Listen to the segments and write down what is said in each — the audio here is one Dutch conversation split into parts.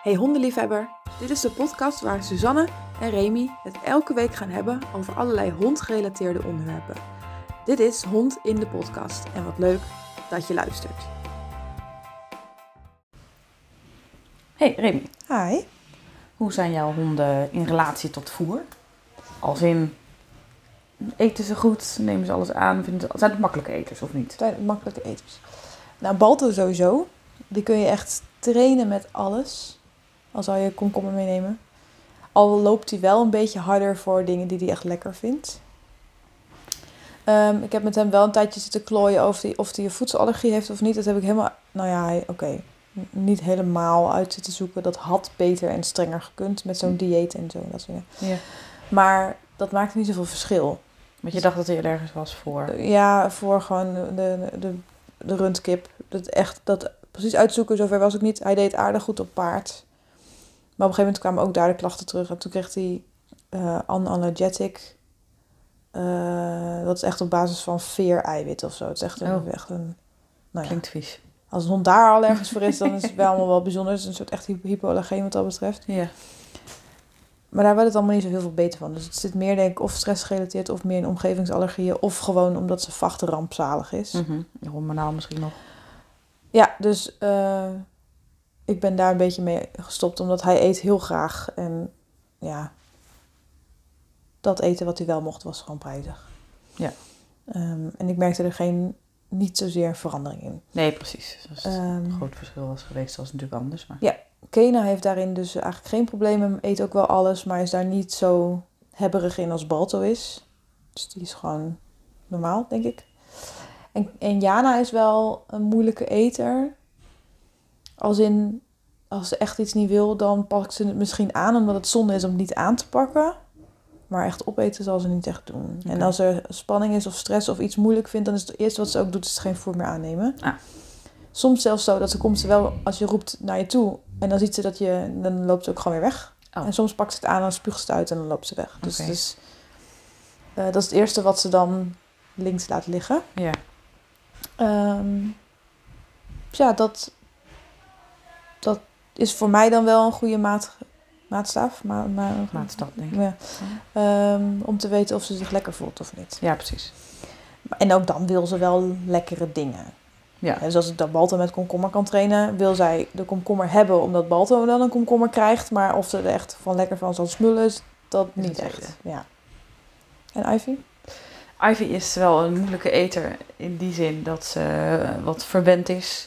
Hey hondenliefhebber, dit is de podcast waar Suzanne en Remy het elke week gaan hebben over allerlei hondgerelateerde onderwerpen. Dit is Hond in de podcast en wat leuk dat je luistert. Hey Remy, Hi. hoe zijn jouw honden in relatie tot voer? Als in, eten ze goed, nemen ze alles aan, zijn het makkelijke eters of niet? Zijn makkelijke eters. Nou, Balto sowieso. Die kun je echt trainen met alles. Al zou je komkommer meenemen. Al loopt hij wel een beetje harder voor dingen die hij echt lekker vindt. Ik heb met hem wel een tijdje zitten klooien of hij een voedselallergie heeft of niet. Dat heb ik helemaal, niet helemaal uit zitten zoeken. Dat had beter en strenger gekund met zo'n dieet en zo. Dat soort dingen. Ja. Maar dat maakte niet zoveel verschil. Want je dacht dat hij allergisch was voor... Ja, voor gewoon de rundkip. Dat precies uitzoeken, zover was ik niet. Hij deed aardig goed op paard. Maar op een gegeven moment kwamen ook daar de klachten terug. En toen kreeg hij analgetic. Dat is echt op basis van veer-eiwit of zo. Het is echt een Klinkt vies. Als een hond daar allergisch voor is, dan is het wel allemaal wel bijzonder. Het is een soort echt hypoallergeen wat dat betreft. Ja. Maar daar werd het allemaal niet zo heel veel beter van. Dus het zit meer, denk ik, of stressgerelateerd of meer in omgevingsallergieën. Of gewoon omdat zijn vacht rampzalig is. Mm-hmm. Hormonaal misschien nog. Ja, dus ik ben daar een beetje mee gestopt. Omdat hij eet heel graag. En ja, dat eten wat hij wel mocht was gewoon prijzig. Ja. En ik merkte er niet zozeer verandering in. Nee, precies. Als het een groot verschil was geweest, was het natuurlijk anders. Maar... Ja, Kena heeft daarin dus eigenlijk geen problemen. Eet ook wel alles, maar is daar niet zo hebberig in als Balto is. Dus die is gewoon normaal, denk ik. En Jana is wel een moeilijke eter. Als ze echt iets niet wil, dan pakt ze het misschien aan, omdat het zonde is om het niet aan te pakken. Maar echt opeten zal ze niet echt doen. Okay. En als er spanning is of stress of iets moeilijk vindt, dan is het eerste wat ze ook doet, is geen voer meer aannemen. Ah. Soms zelfs zo dat komt ze wel, als je roept naar je toe, en dan ziet ze dan loopt ze ook gewoon weer weg. Oh. En soms pakt ze het aan, dan spuugt ze het uit en dan loopt ze weg. Okay. Dus dat is het eerste wat ze dan links laat liggen. Ja. Ja, dat is voor mij dan wel een goede maatstaf. Maatstaf, denk ik. Ja. Om te weten of ze zich lekker voelt of niet. Ja, precies. En ook dan wil ze wel lekkere dingen. Ja. Dus als ik dat Balto met komkommer kan trainen, wil zij de komkommer hebben omdat Balto dan een komkommer krijgt. Maar of ze er echt van lekker van zal smullen, is dat niet echt. Ja. En Ivy? Ivy is wel een moeilijke eter in die zin dat ze wat verwend is.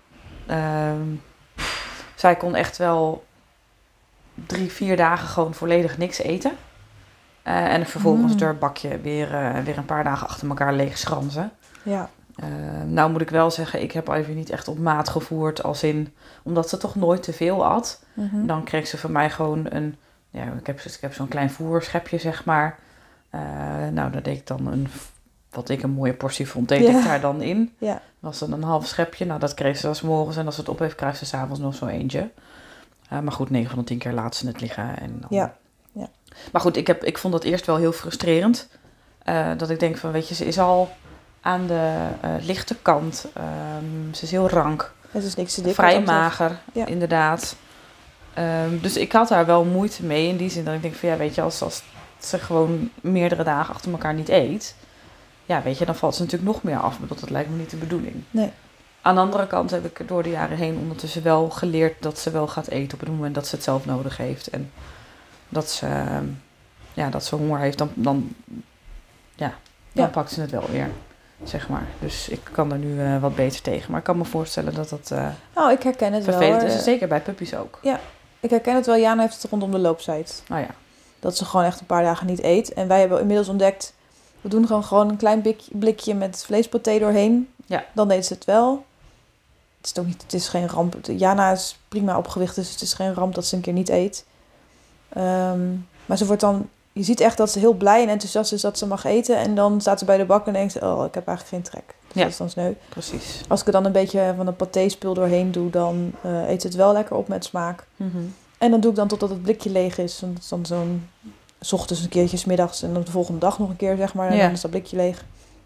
Zij kon echt wel 3-4 dagen gewoon volledig niks eten. En vervolgens door het bakje weer een paar dagen achter elkaar leeg schranzen. Ja. Nou moet ik wel zeggen, ik heb Ivy niet echt op maat gevoerd. Als in, omdat ze toch nooit te veel at. Mm-hmm. Dan kreeg ze van mij gewoon ik heb zo'n klein voerschepje, zeg maar. Daar deed ik dan wat ik een mooie portie vond, deed ik daar dan in. Ja. Dat was dan een half schepje. Nou, dat kreeg ze dan 's morgens. En als ze het op heeft, krijgt ze 's avonds nog zo eentje. Maar goed, 9 van de 10 keer laat ze het liggen. En dan... Ja. Maar goed, ik vond dat eerst wel heel frustrerend. Dat ik denk van, weet je, ze is al aan de lichte kant. Ze is heel rank. Het is niks te dik. Vrij mager, inderdaad. Dus ik had daar wel moeite mee. In die zin dat ik denk van, ja, weet je, als ze gewoon meerdere dagen achter elkaar niet eet. Ja, weet je, dan valt ze natuurlijk nog meer af. Maar dat lijkt me niet de bedoeling. Nee. Aan de andere kant heb ik door de jaren heen ondertussen wel geleerd dat ze wel gaat eten op het moment dat ze het zelf nodig heeft. En dat ze honger heeft, dan pakt ze het wel weer, zeg maar. Dus ik kan er nu wat beter tegen. Maar ik kan me voorstellen dat dat ik herken het vervelend wel. Is. Zeker bij puppies ook. Ja, ik herken het wel. Jana heeft het rondom de looptijd. Oh ja. Dat ze gewoon echt een paar dagen niet eet. En wij hebben inmiddels ontdekt, we doen gewoon een klein blikje met vleespaté doorheen. Ja. Dan eet ze het wel. Het is geen ramp. Jana is prima op gewicht, dus het is geen ramp dat ze een keer niet eet. Maar ze wordt dan... Je ziet echt dat ze heel blij en enthousiast is dat ze mag eten. En dan staat ze bij de bak en denkt ze, ik heb eigenlijk geen trek. Dus dat is dan sneu. Precies. Als ik er dan een beetje van een paté-spul doorheen doe, dan eet ze het wel lekker op met smaak. Mm-hmm. En dan doe ik dan totdat het blikje leeg is. Dat is dan zo'n... 's ochtends een keertje, 's middags en dan de volgende dag nog een keer, zeg maar. En dan is dat blikje leeg.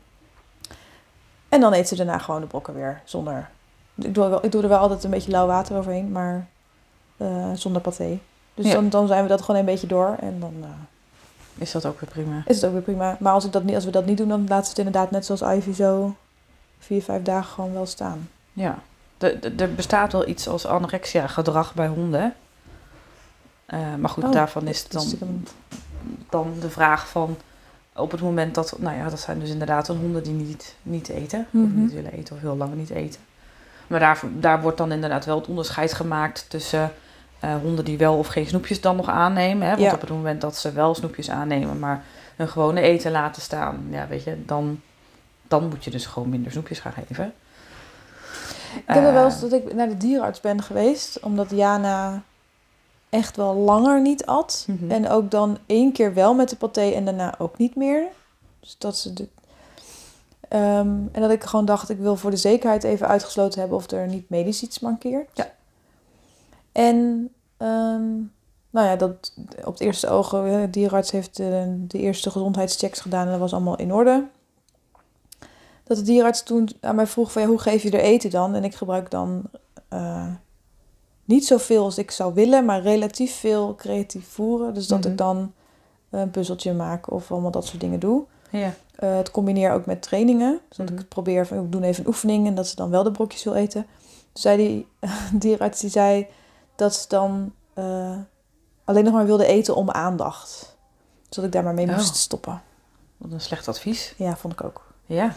En dan eet ze daarna gewoon de brokken weer zonder... Ik doe er wel altijd een beetje lauw water overheen, maar zonder paté. Dus dan zijn we dat gewoon een beetje door. En dan is dat ook weer prima. Is het ook weer prima. Maar als we dat niet doen, dan laten we het inderdaad net zoals Ivy zo 4-5 dagen gewoon wel staan. Ja. Er bestaat wel iets als anorexia gedrag bij honden. Maar goed, daarvan is het dan de vraag van... Op het moment dat... Nou ja, dat zijn dus inderdaad honden die niet eten. Of niet willen eten of heel lang niet eten. Maar daar wordt dan inderdaad wel het onderscheid gemaakt tussen... honden die wel of geen snoepjes dan nog aannemen. Hè? Want op het moment dat ze wel snoepjes aannemen... maar hun gewone eten laten staan... Ja, weet je, dan moet je dus gewoon minder snoepjes gaan geven. Ik heb wel eens dat ik naar de dierenarts ben geweest... omdat Jana echt wel langer niet at. Mm-hmm. En ook dan 1 keer wel met de paté en daarna ook niet meer. Dus dat ze... en dat ik gewoon dacht... ik wil voor de zekerheid even uitgesloten hebben... of er niet medisch iets mankeert. Ja. En nou ja, dat op het eerste oog... de dierenarts heeft de eerste gezondheidschecks gedaan... en dat was allemaal in orde... Dat de dierenarts toen aan mij vroeg van... ja, hoe geef je er eten dan? En ik gebruik dan niet zoveel als ik zou willen... maar relatief veel creatief voeren. Dus dat ik dan een puzzeltje maak of allemaal dat soort dingen doe. Ja. Het combineer ook met trainingen. Dus dat ik het probeer van... ik doe even een oefening en dat ze dan wel de brokjes wil eten. Dus zei die dierenarts die zei dat ze dan alleen nog maar wilde eten om aandacht. Dus dat ik daar maar mee moest stoppen. Wat een slecht advies. Ja, vond ik ook. Ja.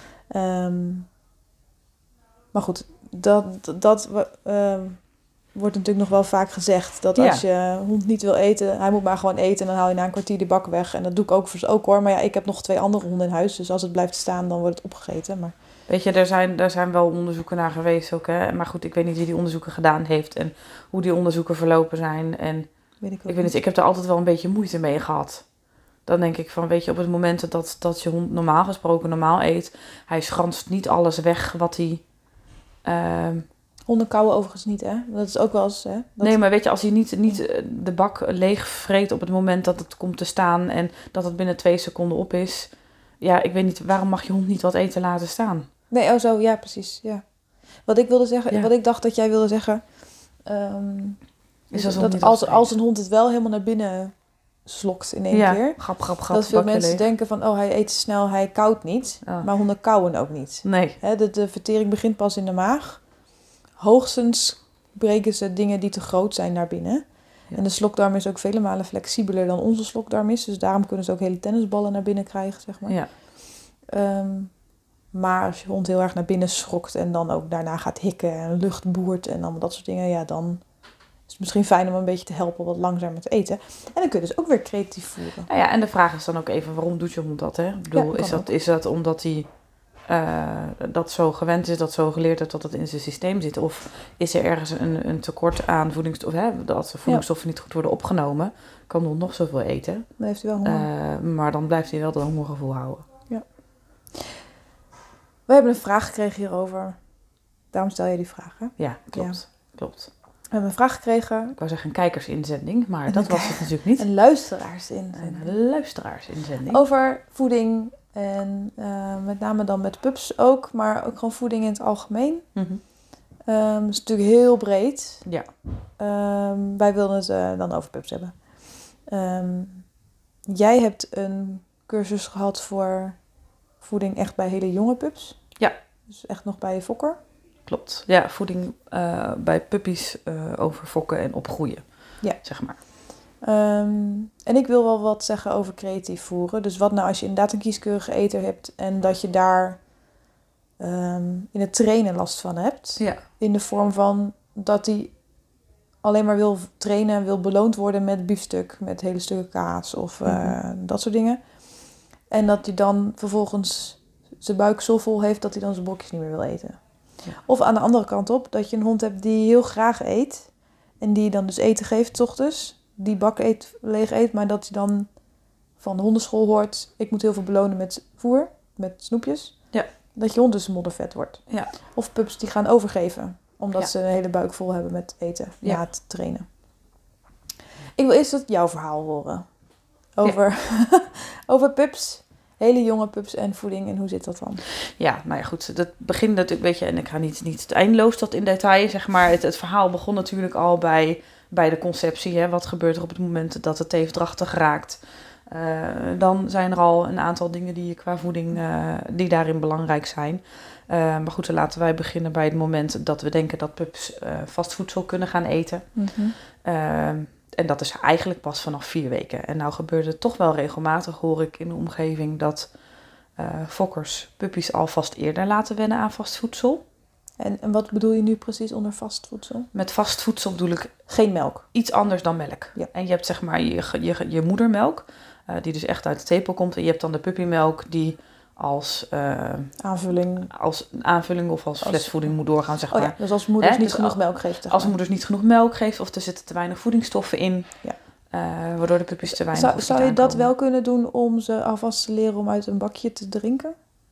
Maar goed, dat wordt natuurlijk nog wel vaak gezegd. Dat als je hond niet wil eten, hij moet maar gewoon eten... en dan haal je na een kwartier de bak weg. En dat doe ik ook hoor. Maar ja, ik heb nog 2 andere honden in huis. Dus als het blijft staan, dan wordt het opgegeten. Maar... Weet je, er zijn wel onderzoeken naar geweest ook. Hè? Maar goed, ik weet niet wie die onderzoeken gedaan heeft... en hoe die onderzoeken verlopen zijn. En ik weet niet, ik heb er altijd wel een beetje moeite mee gehad... Dan denk ik van, weet je, op het moment dat je hond normaal gesproken normaal eet... hij schranst niet alles weg wat hij... Honden kauwen overigens niet, hè? Dat is ook wel eens, hè? Nee, maar weet je, als hij niet de bak leeg vreet op het moment dat het komt te staan... en dat het binnen 2 seconden op is... Ja, ik weet niet, waarom mag je hond niet wat eten laten staan? Nee, zo, ja, precies, ja. Wat ik wilde zeggen, wat ik dacht dat jij wilde zeggen... is dat als een hond het wel helemaal naar binnen... slokt in 1 keer. Grap. Dat veel mensen denken van... hij eet snel, hij kauwt niet. Maar honden kauwen ook niet. Nee. De vertering begint pas in de maag. Hoogstens breken ze dingen die te groot zijn naar binnen. Ja. En de slokdarm is ook vele malen flexibeler dan onze slokdarm is. Dus daarom kunnen ze ook hele tennisballen naar binnen krijgen, zeg maar. Ja. Maar als je hond heel erg naar binnen schokt... en dan ook daarna gaat hikken en lucht boert... en allemaal dat soort dingen... ja, dan... is het misschien fijn om een beetje te helpen wat langzamer te eten. En dan kun je dus ook weer creatief voeren. Nou ja, en de vraag is dan ook even, waarom doet je hond dat? Hè? Ik bedoel, is dat omdat hij dat zo gewend is, dat zo geleerd heeft dat het in zijn systeem zit? Of is er ergens een tekort aan voedingsstoffen, dat voedingsstoffen niet goed worden opgenomen? Kan de hond nog zoveel eten? Dan heeft hij wel honger. Maar dan blijft hij wel dat hongergevoel houden. Ja. We hebben een vraag gekregen hierover. Daarom stel je die vraag, hè? Ja, klopt. We hebben een vraag gekregen. Ik wou zeggen een kijkersinzending, maar dat was het natuurlijk niet. Een luisteraarsinzending. Een luisteraarsinzending. Over voeding en met name dan met pups ook, maar ook gewoon voeding in het algemeen. Mm-hmm. Dat is natuurlijk heel breed. Ja. Wij wilden het dan over pups hebben. Jij hebt een cursus gehad voor voeding echt bij hele jonge pups. Ja. Dus echt nog bij je fokker. Klopt. Ja, voeding bij puppies over fokken en opgroeien, zeg maar. En ik wil wel wat zeggen over creatief voeren. Dus wat nou als je inderdaad een kieskeurige eter hebt... en dat je daar in het trainen last van hebt. Ja. In de vorm van dat hij alleen maar wil trainen... wil beloond worden met biefstuk, met hele stukken kaas of dat soort dingen. En dat hij dan vervolgens zijn buik zo vol heeft... dat hij dan zijn brokjes niet meer wil eten. Ja. Of aan de andere kant op, dat je een hond hebt die heel graag eet... en die je dan dus eten geeft 's ochtends... die bak leeg eet, maar dat hij dan van de hondenschool hoort... ik moet heel veel belonen met voer, met snoepjes. Ja. Dat je hond dus moddervet wordt. Ja. Of pups die gaan overgeven, omdat ze een hele buik vol hebben met eten na het trainen. Ik wil eerst jouw verhaal horen over, over pups hele jonge pups en voeding en hoe zit dat dan? Ja, nou ja, goed. Dat begint natuurlijk, weet je, en ik ga niet eindeloos tot in detail, zeg maar. Het verhaal begon natuurlijk al bij de conceptie. Hè? Wat gebeurt er op het moment dat de teef drachtig raakt? Dan zijn er al een aantal dingen die qua voeding, die daarin belangrijk zijn. Maar goed, dan laten wij beginnen bij het moment dat we denken dat pups vast voedsel kunnen gaan eten. Mm-hmm. En dat is eigenlijk pas vanaf 4 weken. En nou gebeurt het toch wel regelmatig, hoor ik in de omgeving, dat fokkers puppies alvast eerder laten wennen aan vast voedsel. En wat bedoel je nu precies onder vast voedsel? Met vast voedsel bedoel ik geen melk. Iets anders dan melk. Ja. En je hebt zeg maar je moedermelk, die dus echt uit de tepel komt. En je hebt dan de puppymelk die als aanvulling of als flesvoeding moet doorgaan, zeg maar. Ja, dus als moeders niet genoeg melk geeft. Als moeders niet genoeg melk geeft of er zitten te weinig voedingsstoffen in, waardoor de puppies te weinig Zou je dat wel kunnen doen om ze alvast te leren om uit een bakje te drinken?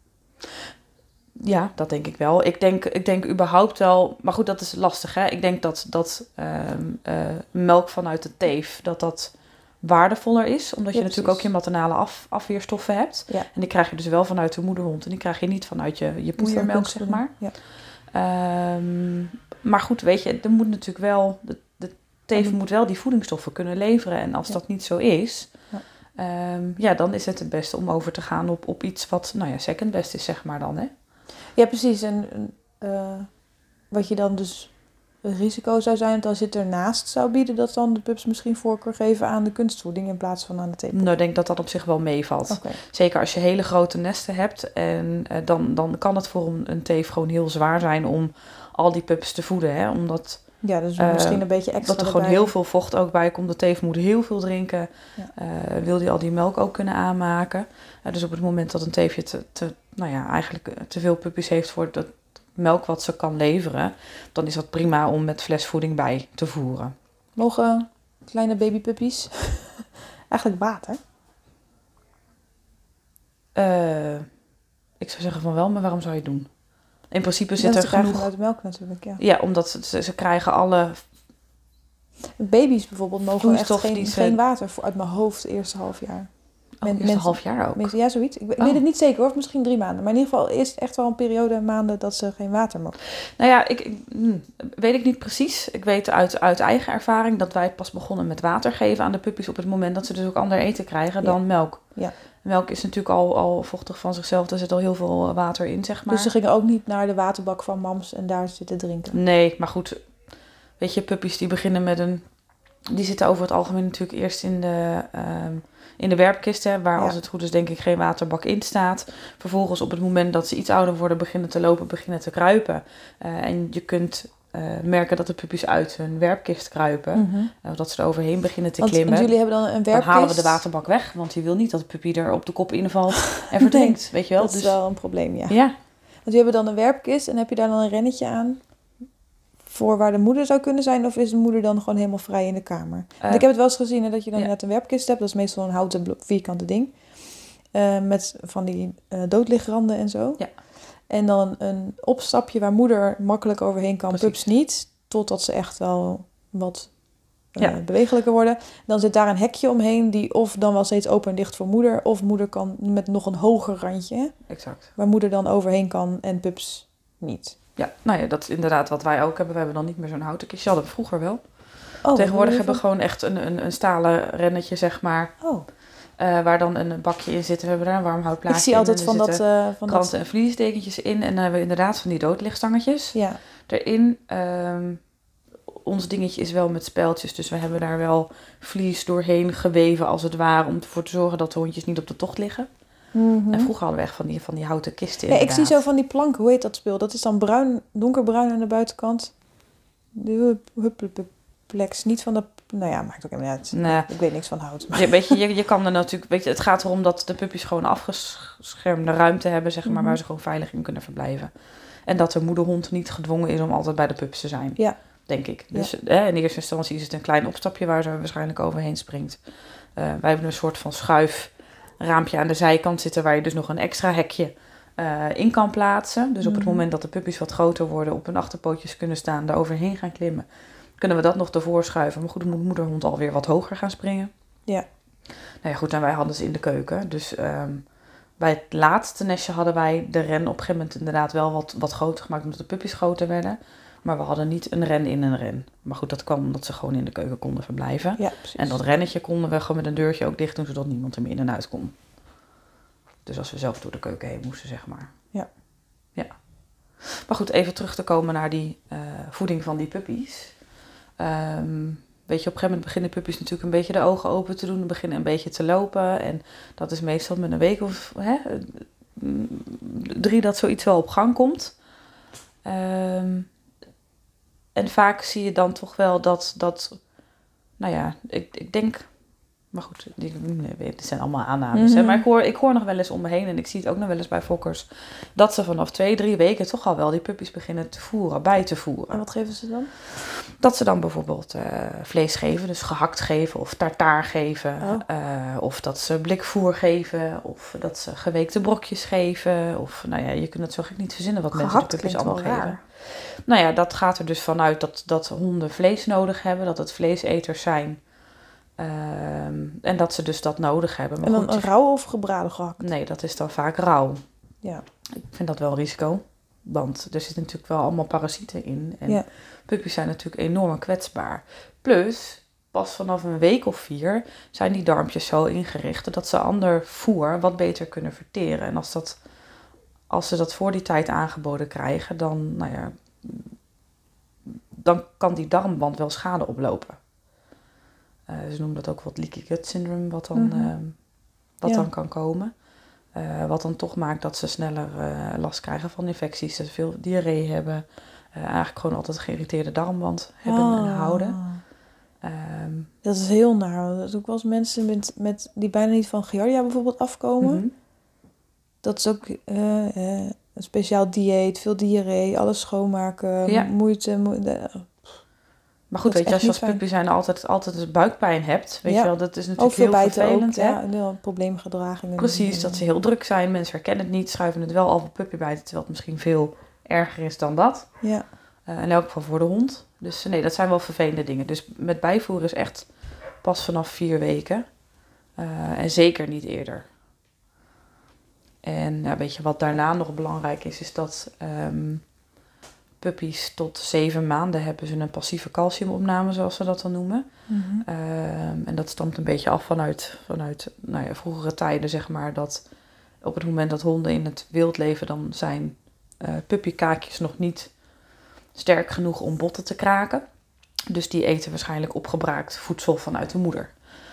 Ja, dat denk ik wel. Ik denk überhaupt wel, maar goed, dat is lastig, hè. Ik denk dat melk vanuit de teef, dat waardevoller is. Omdat je natuurlijk ook je maternale afweerstoffen hebt. Ja. En die krijg je dus wel vanuit de moederhond. En die krijg je niet vanuit je poeiermelk, zeg maar. Ja. Maar goed, weet je, er moet natuurlijk wel, de teef moet wel die voedingsstoffen kunnen leveren. En als dat niet zo is, dan is het beste om over te gaan op iets wat, second best is, zeg maar dan, hè. Ja, precies. En wat je dan dus een risico zou zijn, dat als je het ernaast zou bieden, dat dan de pups misschien voorkeur geven aan de kunstvoeding in plaats van aan de tepel. Nou, ik denk dat dat op zich wel meevalt. Okay. Zeker als je hele grote nesten hebt. En dan kan het voor een teef gewoon heel zwaar zijn om al die pups te voeden. Hè? Omdat, ja, dus misschien een beetje extra. Dat er gewoon heel veel vocht ook bij komt. De teef moet heel veel drinken. Ja. Wil die al die melk ook kunnen aanmaken. Dus op het moment dat een teefje eigenlijk te veel puppies heeft voor dat melk wat ze kan leveren, dan is dat prima om met flesvoeding bij te voeren. Mogen kleine babypuppies eigenlijk water? Ik zou zeggen van wel, maar waarom zou je het doen? In principe zit er genoeg uit de melk natuurlijk, ja. Ja, omdat ze krijgen alle baby's bijvoorbeeld mogen echt geen water uit mijn hoofd het eerste half jaar. Een half jaar ook? Ja, zoiets. Ik weet het niet zeker hoor, misschien 3 maanden. Maar in ieder geval is het echt wel een periode maanden dat ze geen water mogen. Nou ja, weet ik niet precies. Ik weet uit eigen ervaring dat wij pas begonnen met water geven aan de puppies op het moment dat ze dus ook ander eten krijgen dan melk. Ja. Melk is natuurlijk al vochtig van zichzelf. Er zit al heel veel water in, zeg maar. Dus ze gingen ook niet naar de waterbak van mams en daar zitten drinken? Nee, maar goed. Weet je, puppies die beginnen met die zitten over het algemeen natuurlijk eerst in de werpkist, hè, waar als het goed is denk ik geen waterbak in staat. Vervolgens op het moment dat ze iets ouder worden, beginnen te lopen, beginnen te kruipen. En je kunt merken dat de puppies uit hun werpkist kruipen. Mm-hmm. Dat ze er overheen beginnen te klimmen. En jullie hebben dan een werpkist? Dan halen we de waterbak weg, want je wil niet dat de puppy er op de kop invalt en verdrinkt. Weet je wel? Dat is wel een probleem, ja. Ja. Want jullie hebben dan een werpkist en heb je daar dan een rennetje aan voor waar de moeder zou kunnen zijn? Of is de moeder dan gewoon helemaal vrij in de kamer? Want ik heb het wel eens gezien dat je dan net een werpkist hebt. Dat is meestal een houten vierkante ding. Met van die doodligranden en zo. Ja. En dan een opstapje waar moeder makkelijk overheen kan. Precies. Pups niet. Totdat ze echt wel wat bewegelijker worden. Dan zit daar een hekje omheen die of dan wel steeds open en dicht voor moeder. Of moeder kan met nog een hoger randje. Exact. Waar moeder dan overheen kan en pups niet. Ja, nou ja, dat is inderdaad wat wij ook hebben. We hebben dan niet meer zo'n houten kistje. Hadden we vroeger wel. Tegenwoordig hebben we gewoon echt een stalen rennetje, zeg maar. Oh. Waar dan een bakje in zit. We hebben daar een warm houtplaatje. Ik zie altijd in. Van kranten en vliesdekentjes in. En dan hebben we inderdaad van die doodlichtstangetjes. Ja. Erin. Ons dingetje is wel met speltjes. Dus we hebben daar wel vlies doorheen geweven als het ware. Om ervoor te zorgen dat de hondjes niet op de tocht liggen. Mm-hmm. En vroeger hadden we echt van die houten kisten. Ja, ik zie zo van die planken. Hoe heet dat spul? Dat is dan bruin, donkerbruin aan de buitenkant. De huppleplex. Niet van de... Nou ja, maakt ook helemaal niet uit. Nee. Ik weet niks van hout. Maar. Ja, weet je kan er natuurlijk... Weet je, het gaat erom dat de puppies gewoon een afgeschermde ruimte hebben, zeg maar, waar ze gewoon veilig in kunnen verblijven. En dat de moederhond niet gedwongen is om altijd bij de pups te zijn. Ja. Denk ik. Dus in eerste instantie is het een klein opstapje waar ze waarschijnlijk overheen springt. Wij hebben een soort van schuifraampje aan de zijkant zitten waar je dus nog een extra hekje in kan plaatsen. Dus op het moment dat de puppies wat groter worden, op hun achterpootjes kunnen staan, daar overheen gaan klimmen, kunnen we dat nog ervoor schuiven. Maar goed, dan moet de moederhond alweer wat hoger gaan springen. Ja. Nou ja, goed, en wij hadden ze in de keuken. Dus Bij het laatste nestje hadden wij de ren op een gegeven moment inderdaad wel wat groter gemaakt, omdat de puppies groter werden. Maar we hadden niet een ren in een ren. Maar goed, dat kwam omdat ze gewoon in de keuken konden verblijven. Ja, precies. En dat rennetje konden we gewoon met een deurtje ook dicht doen, zodat niemand er meer in en uit kon. Dus als we zelf door de keuken heen moesten, zeg maar. Ja. Ja. Maar goed, even terug te komen naar die voeding van die puppies. Weet je, op een gegeven moment beginnen puppies natuurlijk een beetje de ogen open te doen. Beginnen een beetje te lopen. En dat is meestal met een week of 3 dat zoiets wel op gang komt. En vaak zie je dan toch wel dat nou ja, ik denk... Maar goed, dit zijn allemaal aannames. Hè? Maar ik hoor nog wel eens om me heen en ik zie het ook nog wel eens bij fokkers, dat ze vanaf 2-3 weken toch al wel die puppies beginnen te voeren, bij te voeren. En wat geven ze dan? Dat ze dan bijvoorbeeld vlees geven, dus gehakt geven of tartaar geven. Of dat ze blikvoer geven, of dat ze geweekte brokjes geven. Of nou ja, je kunt het zo gek niet verzinnen wat mensen de puppies allemaal geven. Raar. Nou ja, dat gaat er dus vanuit dat honden vlees nodig hebben, dat het vleeseters zijn. En dat ze dus dat nodig hebben. Maar en dan goed, rauw of gebraden gehakt? Nee, dat is dan vaak rauw. Ja. Ik vind dat wel een risico. Want er zitten natuurlijk wel allemaal parasieten in. En puppies zijn natuurlijk enorm kwetsbaar. Plus, pas vanaf een week of 4 zijn die darmpjes zo ingericht dat ze ander voer wat beter kunnen verteren. En als ze dat voor die tijd aangeboden krijgen, dan, nou ja, dan kan die darmwand wel schade oplopen. Ze noemen dat ook wat leaky gut syndrome, wat dan kan komen. Wat dan toch maakt dat ze sneller last krijgen van infecties, dat ze veel diarree hebben. Eigenlijk gewoon altijd een geïrriteerde darmwand hebben en houden. Dat is heel naar. Dat is ook wel eens mensen met die bijna niet van Giardia bijvoorbeeld afkomen. Dat is ook een speciaal dieet, veel diarree, alles schoonmaken, moeite. Maar goed, weet je, als je als puppy zijn altijd buikpijn hebt, weet je wel, dat is natuurlijk heel vervelend. Ook, hè? Een probleemgedragingen. Precies, dat ze heel druk zijn, mensen herkennen het niet, schuiven het wel al puppybijten, terwijl het misschien veel erger is dan dat. Ja. In elk geval voor de hond. Dus nee, dat zijn wel vervelende dingen. Dus met bijvoeren is echt pas vanaf 4 weken. En zeker niet eerder. En ja, weet je, wat daarna nog belangrijk is dat puppies tot 7 maanden hebben ze een passieve calciumopname, zoals ze dat dan noemen. En dat stamt een beetje af vanuit nou ja, vroegere tijden, zeg maar, dat op het moment dat honden in het wild leven, dan zijn puppykaakjes nog niet sterk genoeg om botten te kraken. Dus die eten waarschijnlijk opgebraakt voedsel vanuit de moeder.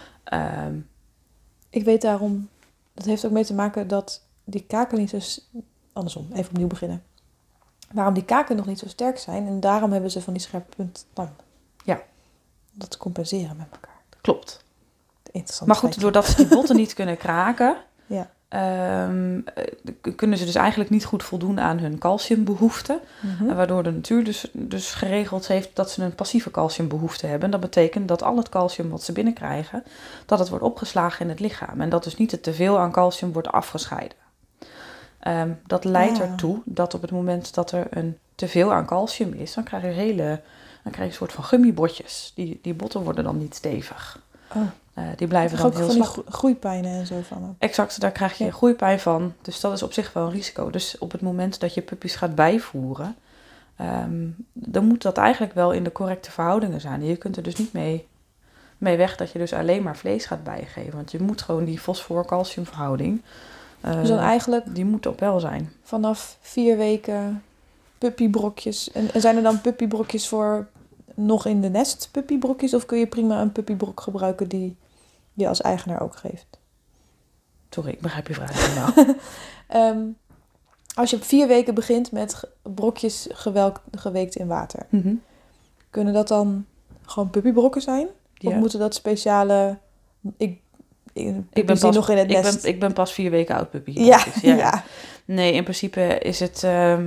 Ik weet daarom, dat heeft ook mee te maken dat die kaken niet zo... Andersom, even opnieuw beginnen. Waarom die kaken nog niet zo sterk zijn. En daarom hebben ze van die scherpe punttanden. Ja. Dat compenseren met elkaar. Klopt. Interessant. Maar goed, doordat ze die botten niet kunnen kraken... Ja. Kunnen ze dus eigenlijk niet goed voldoen aan hun calciumbehoeften. Waardoor de natuur dus geregeld heeft dat ze een passieve calciumbehoefte hebben. Dat betekent dat al het calcium wat ze binnenkrijgen, dat het wordt opgeslagen in het lichaam. En dat dus niet het teveel aan calcium wordt afgescheiden. Dat leidt ertoe dat op het moment dat er een teveel aan calcium is, dan krijg je een soort van gummibotjes. Die botten worden dan niet stevig. Die blijven dan heel slap. Van die groeipijnen en zo van. Exact, daar krijg je groeipijn van. Dus dat is op zich wel een risico. Dus op het moment dat je puppies gaat bijvoeren, dan moet dat eigenlijk wel in de correcte verhoudingen zijn. Je kunt er dus niet mee weg dat je dus alleen maar vlees gaat bijgeven. Want je moet gewoon die fosfor-calcium verhouding, dus dan eigenlijk die moet op wel zijn. Vanaf 4 weken puppybrokjes. En zijn er dan puppybrokjes voor nog in de nest puppybrokjes? Of kun je prima een puppybrok gebruiken die je als eigenaar ook geeft? Sorry, ik begrijp je vraag niet nou. Als je op 4 weken begint met brokjes geweekt in water. Kunnen dat dan gewoon puppybrokken zijn? Of moeten dat speciale... Ik ben nog in het nest. Ik ben pas 4 weken oud puppy. Ja. Nee, in principe is het...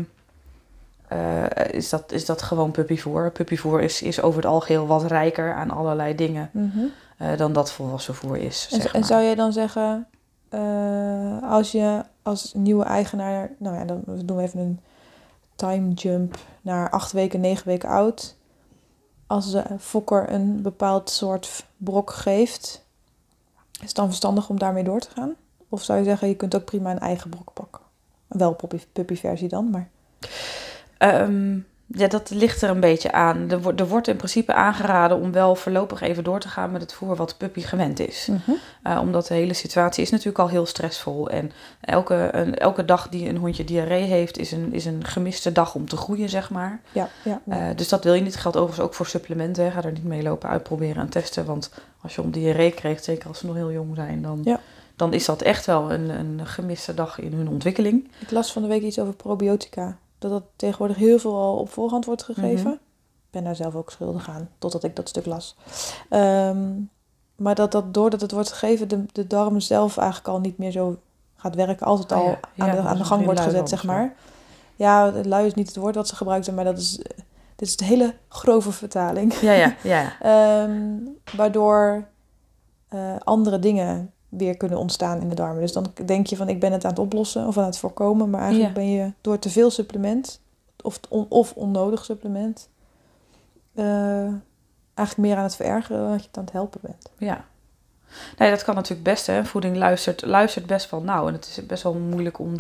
is dat gewoon puppyvoer. Puppyvoer is over het algeheel wat rijker aan allerlei dingen dan dat volwassen voer is. En zou jij dan zeggen, als je als nieuwe eigenaar, nou ja, dan doen we even een time jump naar 8 weken, 9 weken oud. Als de fokker een bepaald soort brok geeft, is het dan verstandig om daarmee door te gaan? Of zou je zeggen, je kunt ook prima een eigen brok pakken? Wel puppyversie dan, maar... Ja, dat ligt er een beetje aan. Er wordt in principe aangeraden om wel voorlopig even door te gaan met het voer wat de puppy gewend is. Omdat de hele situatie is natuurlijk al heel stressvol. En elke dag die een hondje diarree heeft, is een gemiste dag om te groeien, zeg maar. Ja. Dus dat wil je niet. Dat geldt overigens ook voor supplementen. Ga er niet mee lopen uitproberen en testen. Want als je om diarree krijgt, zeker als ze nog heel jong zijn, dan is dat echt wel een gemiste dag in hun ontwikkeling. Ik las van de week iets over probiotica. Dat tegenwoordig heel veel al op voorhand wordt gegeven. Ik ben daar zelf ook schuldig aan, totdat ik dat stuk las. Maar doordat het wordt gegeven, de darm zelf eigenlijk al niet meer zo gaat werken als het al aan de gang wordt gezet, zeg maar. Ja, lui is niet het woord wat ze gebruikten, maar dit is de hele grove vertaling. Ja. Waardoor andere dingen weer kunnen ontstaan in de darmen. Dus dan denk je van, ik ben het aan het oplossen of aan het voorkomen, maar eigenlijk ben je door te veel supplement of onnodig supplement eigenlijk meer aan het verergeren dan dat je het aan het helpen bent. Ja. Nee, dat kan natuurlijk best, hè. Voeding luistert best wel nauw en het is best wel moeilijk om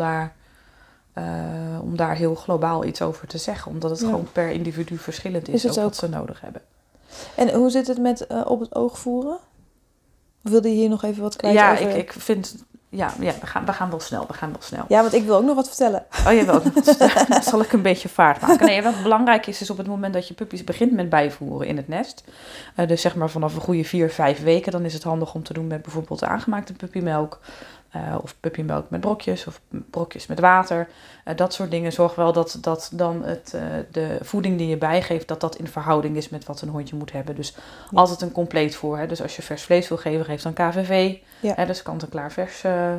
daar heel globaal iets over te zeggen, omdat het gewoon per individu verschillend is ook wat ze nodig hebben. En hoe zit het met op het oog voeren? Wilde je hier nog even wat kwijt over? Ik vind... Ja, we gaan wel snel. Ja, want ik wil ook nog wat vertellen. Oh, je wil ook nog wat vertellen. Dan zal ik een beetje vaart maken. Nee, wat belangrijk is op het moment dat je puppies begint met bijvoeren in het nest. Dus zeg maar vanaf een goede 4-5 weken. Dan is het handig om te doen met bijvoorbeeld de aangemaakte puppymelk. Of puppymelk met brokjes of brokjes met water. Dat soort dingen. Zorg wel dat dan de voeding die je bijgeeft, dat in verhouding is met wat een hondje moet hebben. Dus altijd een compleet voer. Hè. Dus als je vers vlees wil geven, geef dan KVV. Dus kant-en-klaar vers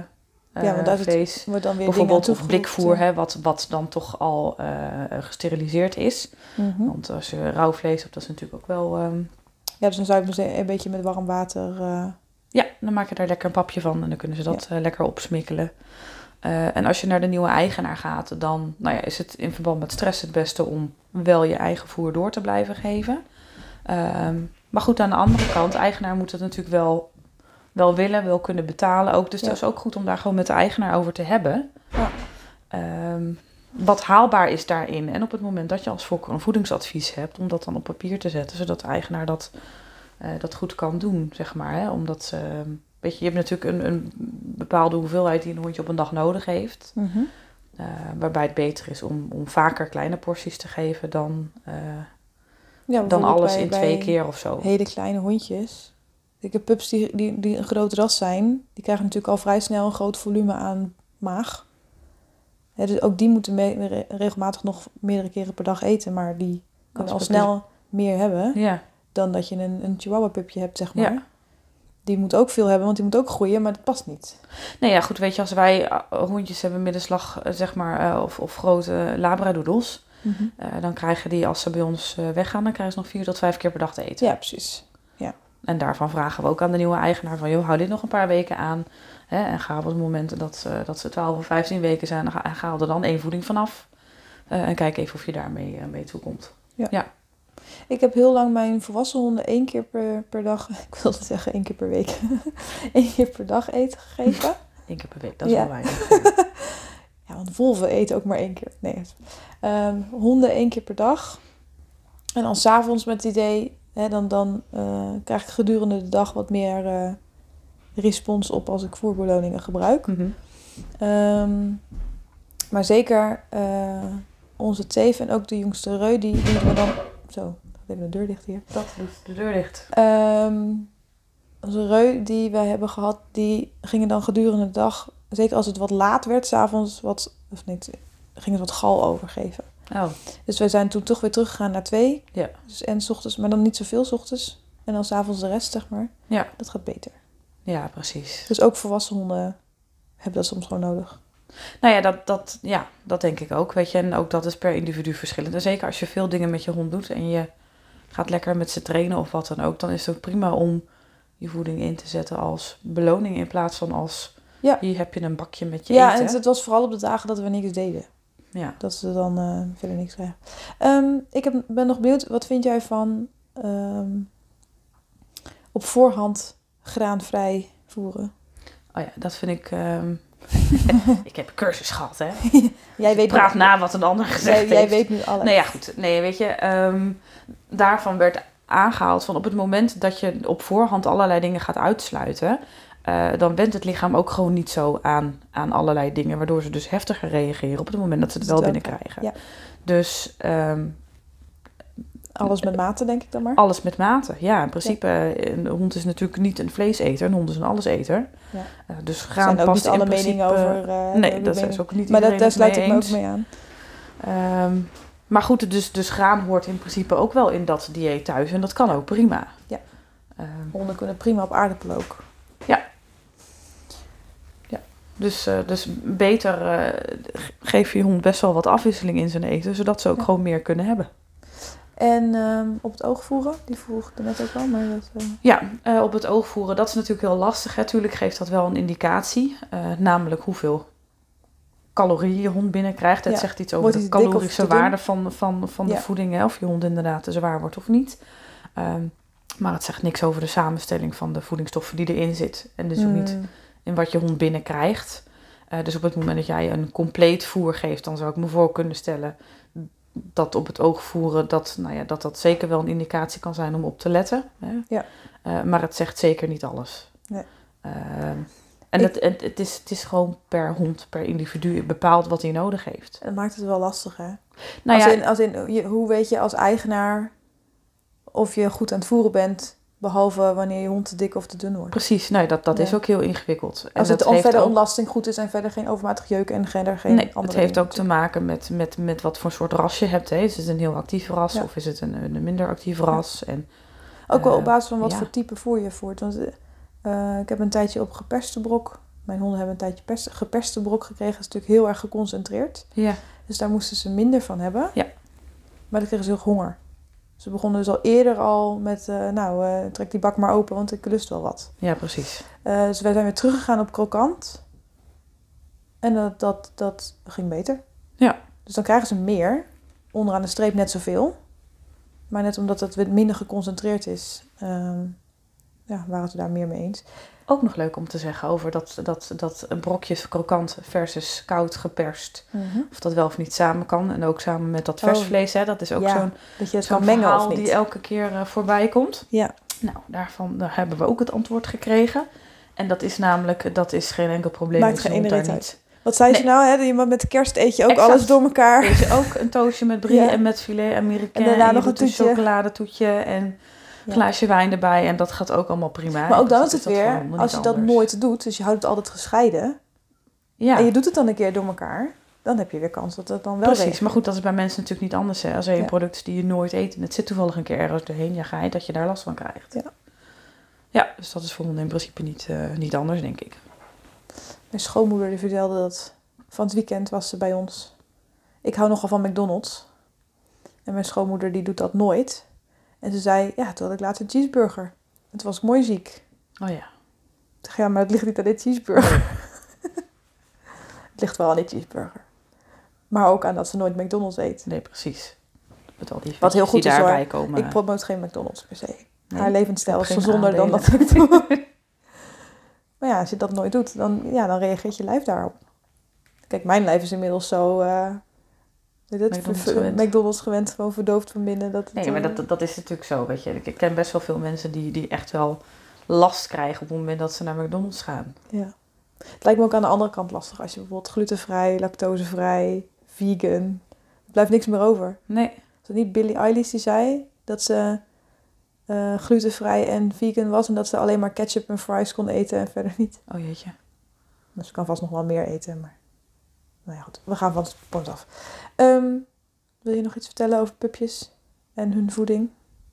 vlees. Wordt dan weer bijvoorbeeld of blikvoer, hè, wat dan toch al gesteriliseerd is. Want als je rauw vlees hebt, dat is natuurlijk ook wel... Ja, dus dan zou je een beetje met warm water... Ja, dan maak je daar lekker een papje van en dan kunnen ze dat lekker opsmikkelen. En als je naar de nieuwe eigenaar gaat, dan is het in verband met stress het beste om wel je eigen voer door te blijven geven. Maar goed, aan de andere kant, de eigenaar moet het natuurlijk wel willen, wel kunnen betalen ook. Dus dat is ook goed om daar gewoon met de eigenaar over te hebben. Ja. Wat haalbaar is daarin. En op het moment dat je als fokker een voedingsadvies hebt, om dat dan op papier te zetten, zodat de eigenaar dat goed kan doen, zeg maar. Hè? Omdat, weet je hebt natuurlijk een bepaalde hoeveelheid die een hondje op een dag nodig heeft. Waarbij het beter is om vaker kleine porties te geven dan alles in 2 keer of zo. Hele kleine hondjes. Ik heb pups die een groot ras zijn. Die krijgen natuurlijk al vrij snel een groot volume aan maag. Dus ook die moeten regelmatig nog meerdere keren per dag eten. Maar die kunnen al snel meer hebben. Ja. Dan dat je een chihuahua-pupje hebt, zeg maar. Ja. Die moet ook veel hebben, want die moet ook groeien, maar dat past niet. Nee, ja, goed, weet je, als wij hondjes hebben middenslag, zeg maar, of grote labradoodles, dan krijgen die, als ze bij ons weggaan, dan krijgen ze nog 4 tot 5 keer per dag te eten. Ja, precies. Ja. En daarvan vragen we ook aan de nieuwe eigenaar van, joh, hou dit nog een paar weken aan. Hè, en ga op het moment dat ze 12 of 15 weken zijn, haal er dan 1 voeding vanaf. En kijk even of je daarmee mee toekomt. Ja. Ik heb heel lang mijn volwassen honden 1 keer per dag, ik wilde zeggen 1 keer per week, 1 keer per dag eten gegeven. 1 keer per week, dat is wel weinig. Ja, want wolven eten ook maar 1 keer. Nee, honden 1 keer per dag. En dan 's avonds met het idee, dan krijg ik gedurende de dag wat meer respons op als ik voerbeloningen gebruik. Maar zeker onze Teef en ook de jongste Reu, die we dan... Zo, even de deur dicht hier. Dat doet de deur dicht. Onze Reu die wij hebben gehad, die gingen dan gedurende de dag, zeker als het wat laat werd, 's avonds gingen ze wat gal overgeven. Oh. Dus wij zijn toen toch weer teruggegaan naar 2. Ja. Dus en 's ochtends, maar dan niet zoveel 's ochtends. En dan 's avonds de rest, zeg maar. Ja. Dat gaat beter. Ja, precies. Dus ook volwassen honden hebben dat soms gewoon nodig. Nou ja, dat denk ik ook, weet je. En ook dat is per individu verschillend. En zeker als je veel dingen met je hond doet en je gaat lekker met ze trainen of wat dan ook, dan is het ook prima om je voeding in te zetten als beloning in plaats van als, hier heb je een bakje met je eten. Ja, en het was vooral op de dagen dat we niks deden. Ja. Dat ze dan verder niks krijgen. Ik ben nog benieuwd, wat vind jij van op voorhand graanvrij voeren? Oh ja, dat vind ik... ik heb een cursus gehad, hè. Jij weet praat na wat een ander gezegd heeft. Jij weet nu alles. Nee, ja, goed. Nee, weet je... daarvan werd aangehaald van op het moment dat je op voorhand allerlei dingen gaat uitsluiten... dan went het lichaam ook gewoon niet zo aan allerlei dingen... waardoor ze dus heftiger reageren op het moment dat ze het wel binnenkrijgen. Ja. Dus... alles met mate, denk ik dan maar? Alles met mate, ja. In principe, een hond is natuurlijk niet een vleeseter. Een hond is een alleseter. Ja. Dus graan zijn ook past niet alle in principe... meningen over... nee, dat is ook niet maar iedereen daar sluit ik me eens. ook mee aan. Maar goed, dus graan hoort in principe ook wel in dat dieet thuis. En dat kan ook prima. Ja. Honden kunnen prima op aardappelen ook. Ja. Dus beter geef je hond best wel wat afwisseling in zijn eten. Zodat ze ook gewoon meer kunnen hebben. En op het oog voeren, die vroeg ik er net ook al. Maar dat, Ja, op het oog voeren, dat is natuurlijk heel lastig. Natuurlijk geeft dat wel een indicatie. Namelijk hoeveel calorieën je hond binnenkrijgt. Het zegt iets over de calorische waarde van de voeding. Hè, of je hond inderdaad te zwaar wordt of niet. Maar het zegt niks over de samenstelling van de voedingsstoffen die erin zit. En dus ook niet in wat je hond binnenkrijgt. Dus op het moment dat jij een compleet voer geeft, dan zou ik me voor kunnen stellen dat op het oog voeren, dat zeker wel een indicatie kan zijn om op te letten. Hè? Ja. Maar het zegt zeker niet alles. Nee. En het is gewoon per hond, per individu bepaald wat hij nodig heeft. Dat maakt het wel lastig, hè? Nou hoe weet je als eigenaar of je goed aan het voeren bent, behalve wanneer je hond te dik of te dun wordt? Precies, dat is ook heel ingewikkeld. Als het verder ontlasting goed is en verder geen overmatig jeuk en geen andere het heeft ook te maken met wat voor soort ras je hebt. Hè. Is het een heel actief ras of is het een minder actief ras? Ja. En, ook wel op basis van wat voor type voer je voert. Want ik heb een tijdje op geperste brok. Mijn honden hebben een tijdje geperste brok gekregen. Dat is natuurlijk heel erg geconcentreerd. Ja. Dus daar moesten ze minder van hebben. Ja. Maar dan kregen ze heel honger. Ze begonnen dus al eerder met, trek die bak maar open, want ik lust wel wat. Ja, precies. Dus wij zijn weer teruggegaan op krokant. En dat ging beter. Ja. Dus dan krijgen ze meer. Onderaan de streep net zoveel. Maar net omdat het minder geconcentreerd is, waren ze daar meer mee eens. Ook nog leuk om te zeggen over dat brokjes krokant versus koud geperst. Mm-hmm. Of dat wel of niet samen kan. En ook samen met dat vers vlees. Hè? Dat is ook dat je het kan mengen verhaal of niet. Die elke keer voorbij komt. Ja. Nou, daar hebben we ook het antwoord gekregen. En dat is namelijk, dat is geen enkel probleem. Maakt geen ene reet uit. Wat zei ze nou? Hè? Iemand met kerst eet je ook alles door elkaar. Eet je ook een toastje met brie en met filet américain. En daarna nog een toetje. Chocoladetoetje en een glaasje wijn erbij. En dat gaat ook allemaal prima. Maar ook dan is het weer, als je dat nooit doet, dus je houdt het altijd gescheiden. Ja. En je doet het dan een keer door elkaar. Dan heb je weer kans dat het dan wel Precies, maar goed, dat is bij mensen natuurlijk niet anders. Hè? Als er een product is die je nooit eet en het zit toevallig een keer ergens doorheen, ga je dat je daar last van krijgt. Ja, dus dat is voor honden in principe niet anders, denk ik. Mijn schoonmoeder die vertelde dat van het weekend was ze bij ons. Ik hou nogal van McDonald's. En mijn schoonmoeder die doet dat nooit. En ze zei, toen had ik laatst een cheeseburger. En toen was ik mooi ziek. Oh ja. Ik dacht, maar het ligt niet aan dit cheeseburger. Het ligt wel aan die cheeseburger. Maar ook aan dat ze nooit McDonald's eet. Nee, precies. Met al die wat heel goed is hoor. Komen. Ik promote geen McDonald's per se. Nee, haar levensstijl is gezonder dan dat ik doe. Maar als je dat nooit doet, dan reageert je lijf daarop. Kijk, mijn lijf is inmiddels zo... McDonald's gewend, gewoon verdoofd van binnen. Maar dat is natuurlijk zo, weet je. Ik ken best wel veel mensen die echt wel last krijgen op het moment dat ze naar McDonald's gaan. Ja. Het lijkt me ook aan de andere kant lastig. Als je bijvoorbeeld glutenvrij, lactosevrij, vegan... Er blijft niks meer over. Nee. Was het niet Billie Eilish die zei dat ze glutenvrij en vegan was... en dat ze alleen maar ketchup en fries kon eten en verder niet. Oh jeetje. Dus ze kan vast nog wel meer eten, maar... Nou ja, goed. We gaan van het punt af. Wil je nog iets vertellen over pupjes en hun voeding?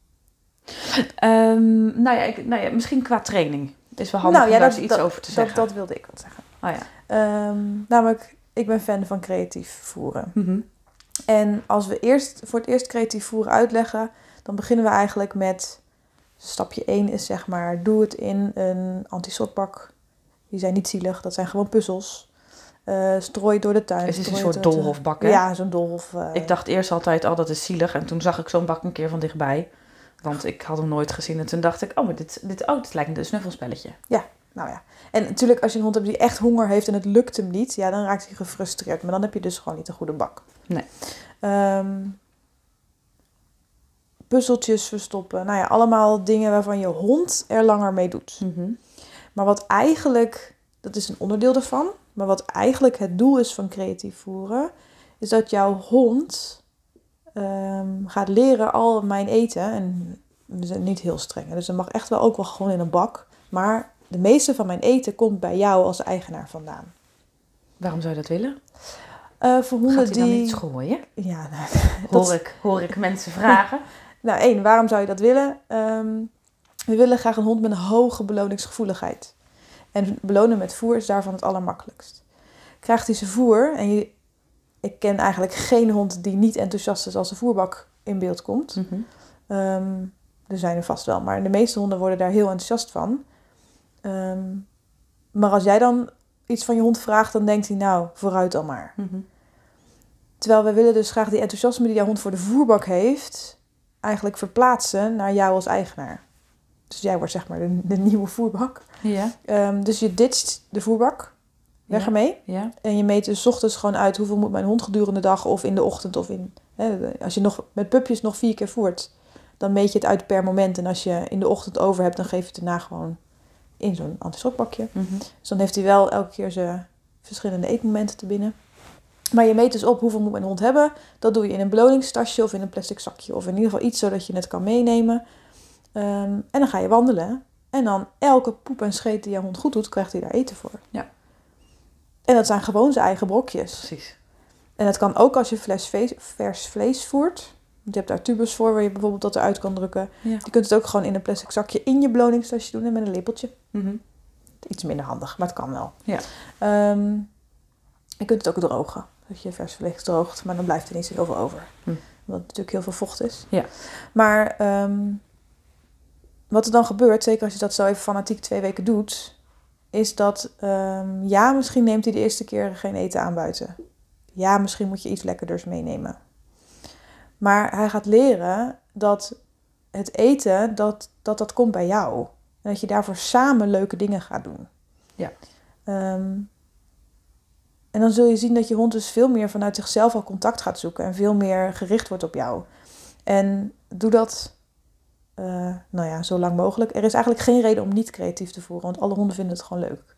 Misschien qua training. Het is wel handig om daar iets over te zeggen. Dat wilde ik wat zeggen. Oh ja. Namelijk, ik ben fan van creatief voeren. Mm-hmm. En als we voor het eerst creatief voeren uitleggen... dan beginnen we eigenlijk met... Stapje 1 is zeg maar... doe het in een anti-sokbak. Die zijn niet zielig, dat zijn gewoon puzzels... strooi door de tuin. Is het een soort doolhofbak, hè? Ja, zo'n doolhof. Ik dacht eerst altijd, dat is zielig. En toen zag ik zo'n bak een keer van dichtbij. Want ik had hem nooit gezien. En toen dacht ik, maar dit lijkt een snuffelspelletje. Ja, Nou ja. En natuurlijk als je een hond hebt die echt honger heeft en het lukt hem niet, ja, dan raakt hij gefrustreerd. Maar dan heb je dus gewoon niet een goede bak. Nee. Puzzeltjes verstoppen. Nou ja, allemaal dingen waarvan je hond er langer mee doet. Mm-hmm. Maar wat eigenlijk, dat is een onderdeel ervan, maar wat eigenlijk het doel is van creatief voeren, is dat jouw hond gaat leren al mijn eten. En we zijn niet heel streng, dus dat mag echt wel ook wel gewoon in een bak. Maar de meeste van mijn eten komt bij jou als eigenaar vandaan. Waarom zou je dat willen? Voor honden gaat hij dan iets gooien? Ja, nou, hoor ik mensen vragen. Nou, 1, waarom zou je dat willen? We willen graag een hond met een hoge beloningsgevoeligheid. En belonen met voer is daarvan het allermakkelijkst. Krijgt hij zijn voer, en ik ken eigenlijk geen hond die niet enthousiast is als de voerbak in beeld komt. Mm-hmm. Er zijn er vast wel, maar de meeste honden worden daar heel enthousiast van. Maar als jij dan iets van je hond vraagt, dan denkt hij, nou, vooruit dan maar. Mm-hmm. Terwijl we willen dus graag die enthousiasme die jouw hond voor de voerbak heeft, eigenlijk verplaatsen naar jou als eigenaar. Dus jij wordt zeg maar de nieuwe voerbak. Ja. Dus je ditcht de voerbak, weg ermee. Ja. En je meet dus 's ochtends gewoon uit hoeveel moet mijn hond gedurende de dag of in de ochtend of in... als je nog met pupjes nog 4 keer voert, dan meet je het uit per moment. En als je in de ochtend over hebt, dan geef je het daarna gewoon in zo'n anti-schokbakje. Mm-hmm. Dus dan heeft hij wel elke keer zijn verschillende eetmomenten te binnen. Maar je meet dus op hoeveel moet mijn hond hebben. Dat doe je in een beloningstasje of in een plastic zakje. Of in ieder geval iets zodat je het kan meenemen. En dan ga je wandelen. En dan elke poep en scheet die jouw hond goed doet, krijgt hij daar eten voor. Ja. En dat zijn gewoon zijn eigen brokjes. Precies. En dat kan ook als je vers vlees voert. Want je hebt daar tubes voor waar je bijvoorbeeld dat eruit kan drukken. Ja. Je kunt het ook gewoon in een plastic zakje in je beloningstasje doen en met een lepeltje. Mm-hmm. Iets minder handig, maar het kan wel. Ja. Je kunt het ook drogen. Dat je vers vlees droogt, maar dan blijft er niet zo heel veel over. Omdat het natuurlijk heel veel vocht is. Ja. Maar wat er dan gebeurt, zeker als je dat zo even fanatiek 2 weken doet, is dat ja, misschien neemt hij de eerste keer geen eten aan buiten. Ja, misschien moet je iets lekkerders meenemen. Maar hij gaat leren dat het eten, dat komt bij jou. En dat je daarvoor samen leuke dingen gaat doen. Ja. En dan zul je zien dat je hond dus veel meer vanuit zichzelf al contact gaat zoeken. En veel meer gericht wordt op jou. En doe dat zo lang mogelijk. Er is eigenlijk geen reden om niet creatief te voeren. Want alle honden vinden het gewoon leuk.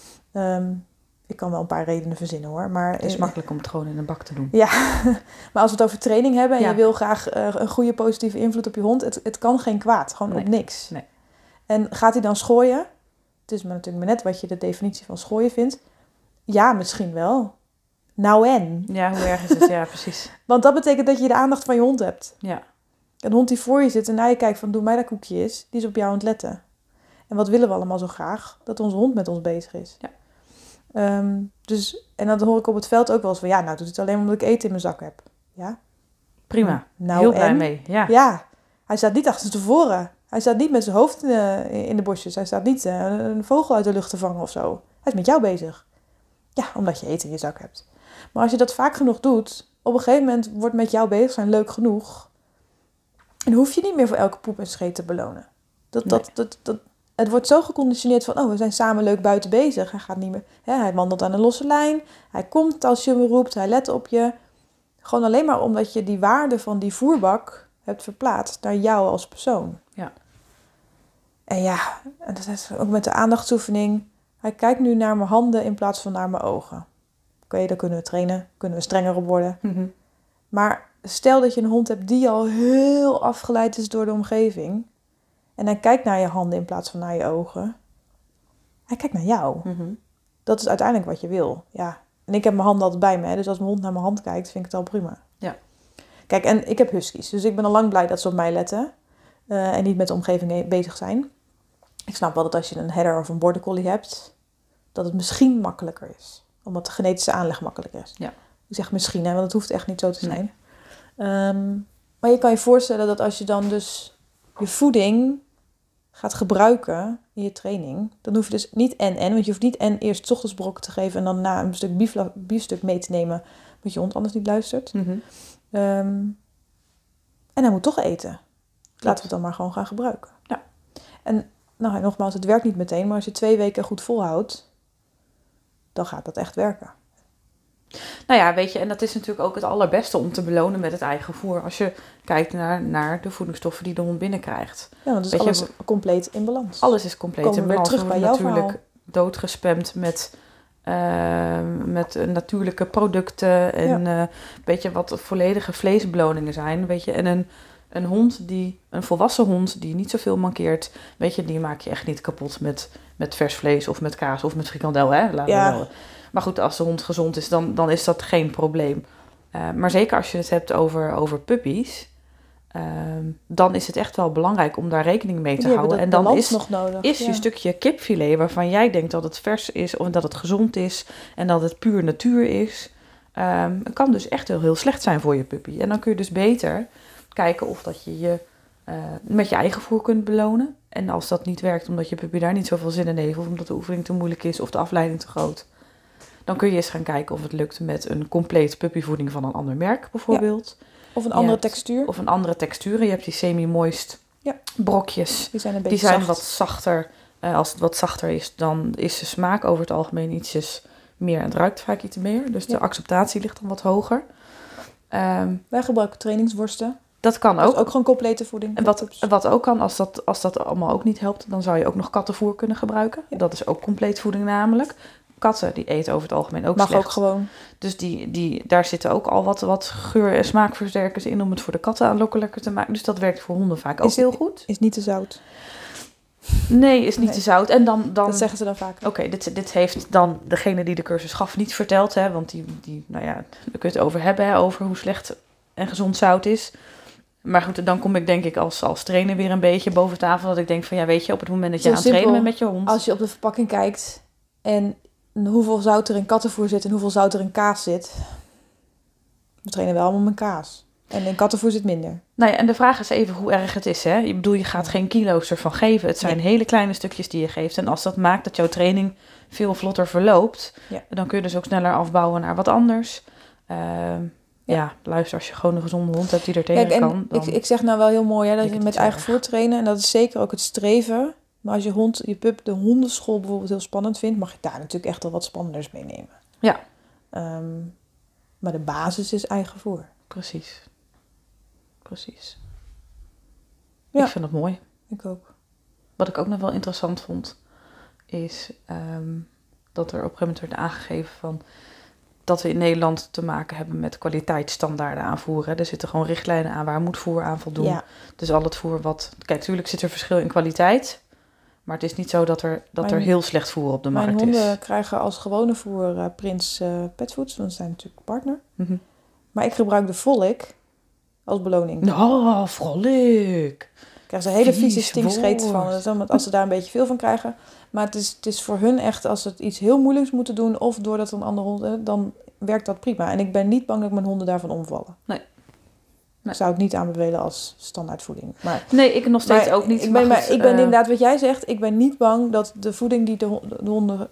Ik kan wel een paar redenen verzinnen hoor. Maar het is makkelijk om het gewoon in een bak te doen. Ja, maar als we het over training hebben en je wil graag een goede positieve invloed op je hond. Het kan geen kwaad. Gewoon op niks. Nee. En gaat hij dan schooien? Het is maar natuurlijk maar net wat je de definitie van schooien vindt. Ja, misschien wel. Nou en? Ja, hoe erg is het? Ja, precies. Want dat betekent dat je de aandacht van je hond hebt. Ja. Een hond die voor je zit en naar je kijkt van doe mij dat koekje is, die is op jou aan het letten. En wat willen we allemaal zo graag? Dat onze hond met ons bezig is. Ja. En dan hoor ik op het veld ook wel eens van ja, nou doet hij het alleen omdat ik eten in mijn zak heb. Ja. Prima. Nou, heel blij mee. Ja. Ja. Hij staat niet achter tevoren. Hij staat niet met zijn hoofd in de bosjes. Hij staat niet een vogel uit de lucht te vangen of zo. Hij is met jou bezig. Ja, omdat je eten in je zak hebt. Maar als je dat vaak genoeg doet, op een gegeven moment wordt met jou bezig zijn leuk genoeg. En hoef je niet meer voor elke poep en scheet te belonen. Het wordt zo geconditioneerd van, we zijn samen leuk buiten bezig. Hij gaat niet meer, hij wandelt aan een losse lijn. Hij komt als je hem roept, hij let op je. Gewoon alleen maar omdat je die waarde van die voerbak hebt verplaatst naar jou als persoon. Ja. En ja, en dat is ook met de aandachtsoefening. Hij kijkt nu naar mijn handen in plaats van naar mijn ogen. Oké, dan kunnen we trainen, kunnen we strenger op worden. Mm-hmm. Maar stel dat je een hond hebt die al heel afgeleid is door de omgeving. En hij kijkt naar je handen in plaats van naar je ogen. Hij kijkt naar jou. Mm-hmm. Dat is uiteindelijk wat je wil. Ja. En ik heb mijn handen altijd bij me. Hè? Dus als mijn hond naar mijn hand kijkt, vind ik het al prima. Ja. Kijk, en ik heb huskies. Dus ik ben al lang blij dat ze op mij letten. En niet met de omgeving bezig zijn. Ik snap wel dat als je een herder of een border collie hebt, dat het misschien makkelijker is. Omdat de genetische aanleg makkelijker is. Ja. Ik zeg misschien, want het hoeft echt niet zo te zijn. Maar je kan je voorstellen dat als je dan dus je voeding gaat gebruiken in je training, dan hoef je dus niet want je hoeft niet eerst 's ochtends brokken te geven en dan na een stuk biefstuk mee te nemen, omdat je hond anders niet luistert. Mm-hmm. En hij moet toch eten. Laten we het dan maar gewoon gaan gebruiken. Ja. En nou nogmaals, het werkt niet meteen, maar als je 2 weken goed volhoudt, dan gaat dat echt werken. Nou ja, weet je, en dat is natuurlijk ook het allerbeste om te belonen met het eigen voer. Als je kijkt naar de voedingsstoffen die de hond binnenkrijgt. Ja, want is alles compleet in balans. Alles is compleet in balans. Terug bij jouw natuurlijk verhaal. doodgespamd met natuurlijke producten en weet je, wat volledige vleesbeloningen zijn. Weet je, en een volwassen hond die niet zoveel mankeert, weet je, die maak je echt niet kapot met vers vlees of met kaas of met frikandel, hè? Maar goed, als de hond gezond is, dan is dat geen probleem. Maar zeker als je het hebt over puppies, dan is het echt wel belangrijk om daar rekening mee te houden. En dan is je stukje kipfilet waarvan jij denkt dat het vers is of dat het gezond is en dat het puur natuur is, kan dus echt heel slecht zijn voor je puppy. En dan kun je dus beter kijken of dat je met je eigen voer kunt belonen. En als dat niet werkt omdat je puppy daar niet zoveel zin in heeft of omdat de oefening te moeilijk is of de afleiding te groot, dan kun je eens gaan kijken of het lukt met een compleet puppyvoeding van een ander merk bijvoorbeeld. Ja. Of een andere textuur. Of een andere textuur. Je hebt die semi-moist brokjes. Die zijn wat zachter. Als het wat zachter is, dan is de smaak over het algemeen ietsjes meer en het ruikt vaak iets meer. Dus de acceptatie ligt dan wat hoger. Wij gebruiken trainingsworsten. Dat kan ook. Dat is ook gewoon complete voeding. En wat ook kan, als dat allemaal ook niet helpt, dan zou je ook nog kattenvoer kunnen gebruiken. Ja. Dat is ook compleet voeding namelijk. Katten, die eten over het algemeen ook mag slecht. Ook gewoon. Dus daar zitten ook al wat geur- en smaakversterkers in om het voor de katten aanlokkelijker te maken. Dus dat werkt voor honden vaak ook heel goed. Is niet te zout. Nee, is niet te zout. En dan, dat zeggen ze dan vaak. Oké, dit heeft dan degene die de cursus gaf niet verteld. Hè, want nou ja, daar kun je het over hebben. Hè, over hoe slecht en gezond zout is. Maar goed, dan kom ik denk ik als trainer weer een beetje boven tafel. Dat ik denk van ja, weet je, op het moment dat je aan het trainen bent met je hond. Als je op de verpakking kijkt en hoeveel zout er in kattenvoer zit en hoeveel zout er in kaas zit. We trainen wel allemaal met kaas. En in kattenvoer zit minder. Nou ja, en de vraag is even hoe erg het is. Hè? Ik bedoel, je gaat geen kilo's ervan geven. Het zijn hele kleine stukjes die je geeft. En als dat maakt dat jouw training veel vlotter verloopt, dan kun je dus ook sneller afbouwen naar wat anders. Luister, als je gewoon een gezonde hond hebt die er tegen kan. Dan ik zeg nou wel heel mooi hè, dat je met eigen voer trainen. En dat is zeker ook het streven. Maar als je pup de hondenschool bijvoorbeeld heel spannend vindt, mag je daar natuurlijk echt wel wat spannenders mee nemen. Ja. Maar de basis is eigen voer. Precies. Ja. Ik vind dat mooi. Ik ook. Wat ik ook nog wel interessant vond, is dat er op een gegeven moment werd aangegeven van dat we in Nederland te maken hebben met kwaliteitsstandaarden aanvoeren. Er zitten gewoon richtlijnen aan waar moet voer aan voldoen. Ja. Dus al het voer kijk, natuurlijk zit er verschil in kwaliteit. Maar het is niet zo dat er heel slecht voer op de markt is. Mijn honden krijgen als gewone voer Prins Petfoods, want ze zijn natuurlijk partner. Mm-hmm. Maar ik gebruik de Frolic als beloning. Oh, Frolic! Krijgen ze hele vieze stinkscheet van, als ze daar een beetje veel van krijgen. Maar het is voor hun echt, als ze het iets heel moeilijks moeten doen, of doordat er een andere hond, dan werkt dat prima. En ik ben niet bang dat mijn honden daarvan omvallen. Nee. Ik zou het niet aanbevelen als standaardvoeding. Maar, nee, ik nog steeds ook niet. Ik ben inderdaad, wat jij zegt, ik ben niet bang dat de voeding die de honden,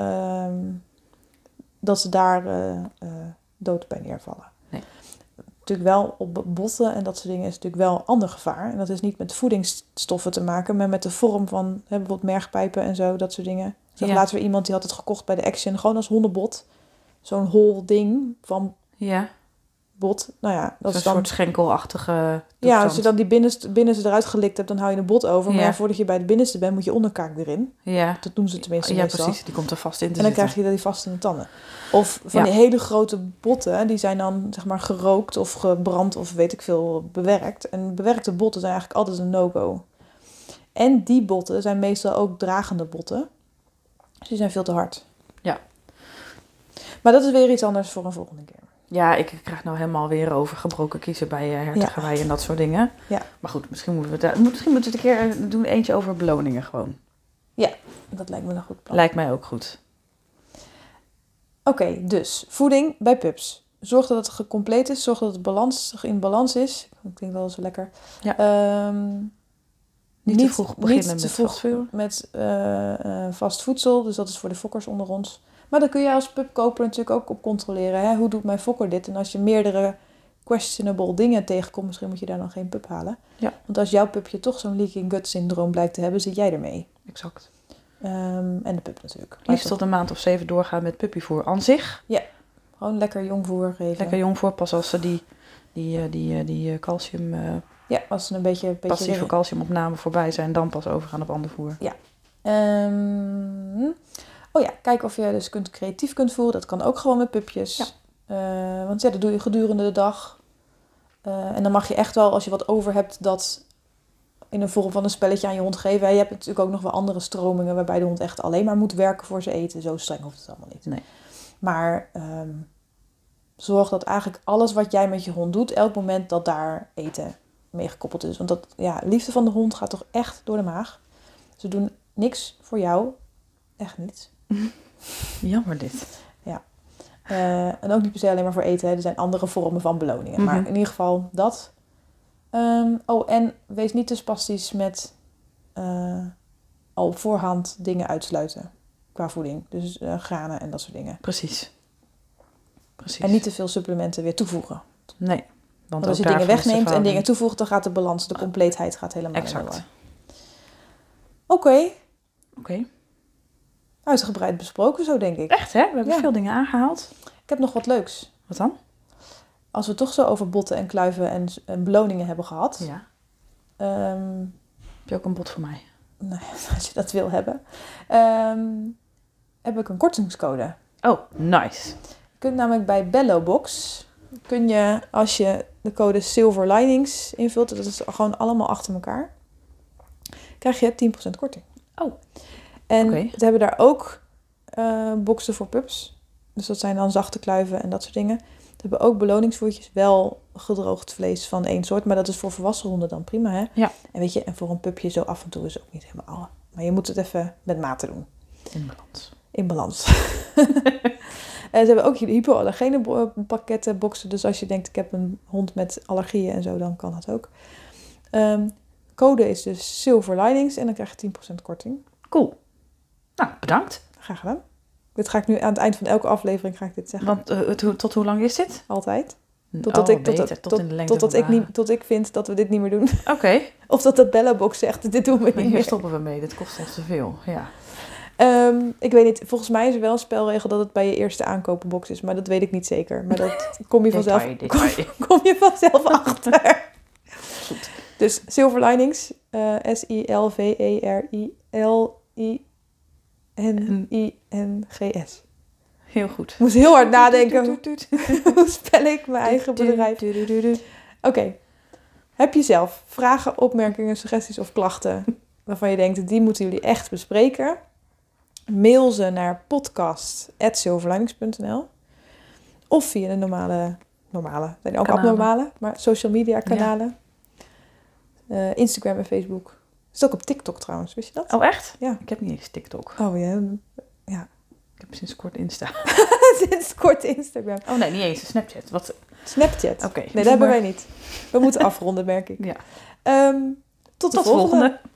dat ze daar dood bij neervallen. Nee. Natuurlijk wel op botten en dat soort dingen is natuurlijk wel een ander gevaar. En dat is niet met voedingsstoffen te maken, maar met de vorm van bijvoorbeeld mergpijpen en zo, dat soort dingen. Ik zag laatst weer iemand die had het gekocht bij de Action, gewoon als hondenbot. Zo'n hol ding van bot. Nou ja, dat is dan een soort schenkelachtige toestand. Ja, als je dan die binnenste eruit gelikt hebt, dan hou je een bot over. Maar voordat je bij de binnenste bent, moet je onderkaak erin. Ja. Dat doen ze tenminste meestal. Precies. Die komt er vast in te zitten. En dan krijg je die vast in de tanden. Of van die hele grote botten, die zijn dan zeg maar gerookt of gebrand of weet ik veel bewerkt. En bewerkte botten zijn eigenlijk altijd een no-go. En die botten zijn meestal ook dragende botten. Dus die zijn veel te hard. Ja. Maar dat is weer iets anders voor een volgende keer. Ja, ik krijg nou helemaal weer over gebroken kiezen bij hertogewei en dat soort dingen. Ja. Maar goed, misschien moeten we het een keer doen, eentje over beloningen gewoon. Ja, dat lijkt me een goed plan. Lijkt mij ook goed. Oké, dus voeding bij pups. Zorg dat het compleet is, zorg dat het in balans is. Dat klinkt wel zo lekker. Ja. Niet te vroeg beginnen met vast voedsel, dus dat is voor de fokkers onder ons. Maar dan kun je als pupkoper natuurlijk ook op controleren. Hè? Hoe doet mijn fokker dit? En als je meerdere questionable dingen tegenkomt, misschien moet je daar dan geen pup halen. Ja. Want als jouw pupje toch zo'n leaking gut syndroom blijkt te hebben, zit jij ermee. Exact. En de pup natuurlijk. Liefst tot een maand of 7 doorgaan met puppyvoer aan zich. Ja, gewoon lekker jongvoer geven. Lekker jongvoer, pas als ze die calcium... ja, als ze een beetje passieve calciumopname voorbij zijn, dan pas overgaan op ander voer. Ja. Kijk of je dus creatief kunt voeren. Dat kan ook gewoon met pupjes. Ja. Want dat doe je gedurende de dag. En dan mag je echt wel, als je wat over hebt, dat in de vorm van een spelletje aan je hond geven. Je hebt natuurlijk ook nog wel andere stromingen waarbij de hond echt alleen maar moet werken voor zijn eten. Zo streng hoeft het allemaal niet. Nee. Maar zorg dat eigenlijk alles wat jij met je hond doet, elk moment dat daar eten mee gekoppeld is. Want liefde van de hond gaat toch echt door de maag. Ze doen niks voor jou. Echt niets. Jammer dit. Ja. En ook niet per se alleen maar voor eten. Hè. Er zijn andere vormen van beloningen. Mm-hmm. Maar in ieder geval dat. En wees niet te spastisch met al op voorhand dingen uitsluiten. Qua voeding. Dus granen en dat soort dingen. Precies. En niet te veel supplementen weer toevoegen. Nee. Want als je dingen wegneemt en dingen toevoegt, dan gaat de balans, de compleetheid gaat helemaal in de war. Oké. Uitgebreid besproken zo, denk ik. Echt, hè? We hebben veel dingen aangehaald. Ik heb nog wat leuks. Wat dan? Als we toch zo over botten en kluiven en beloningen hebben gehad. Ja. Heb je ook een bot voor mij? Nee, als je dat wil hebben. Heb ik een kortingscode. Oh, nice. Je kunt namelijk bij Bellobox, als je de code Silver Linings invult, dat is gewoon allemaal achter elkaar, krijg je 10% korting. Oh. En ze hebben daar ook boxen voor pups. Dus dat zijn dan zachte kluiven en dat soort dingen. Ze hebben ook beloningsvoertjes, wel gedroogd vlees van één soort. Maar dat is voor volwassen honden dan prima, hè? Ja. En weet je, en voor een pupje zo af en toe is ook niet helemaal. Maar je moet het even met mate doen. In balans. Ze hebben ook hypoallergene pakketten, boxen. Dus als je denkt, ik heb een hond met allergieën en zo, dan kan dat ook. Code is dus Silver Linings en dan krijg je 10% korting. Cool. Nou, bedankt. Graag gedaan. Dit ga ik nu aan het eind van elke aflevering ga ik dit zeggen. Want tot hoe lang is dit? Altijd. Tot ik vind dat we dit niet meer doen. Oké. Of dat Bellobox zegt, dit doen we niet meer. Hier stoppen we mee, dit kost ons te veel. Ja. Ik weet niet, volgens mij is er wel een spelregel dat het bij je eerste aankopenbox is. Maar dat weet ik niet zeker. Maar dat kom je vanzelf achter. Goed. Dus Silver Linings, SILVERILININGS. Heel goed. Ik moest heel hard nadenken. Hoe spel ik mijn eigen bedrijf? Oké. Heb je zelf vragen, opmerkingen, suggesties of klachten waarvan je denkt, die moeten jullie echt bespreken? Mail ze naar podcast@silverlinings.nl of via de normale, zijn ook abnormale, maar social media kanalen. Ja. Instagram en Facebook. Het is ook op TikTok trouwens, wist je dat? Oh, echt? Ja. Ik heb niet eens TikTok. Oh ja. Ik heb sinds kort Insta. Sinds kort Instagram. Oh nee, niet eens. Snapchat. Wat? Snapchat. Oké. Nee, dat hebben wij niet. We moeten afronden, merk ik. Ja. Tot de volgende.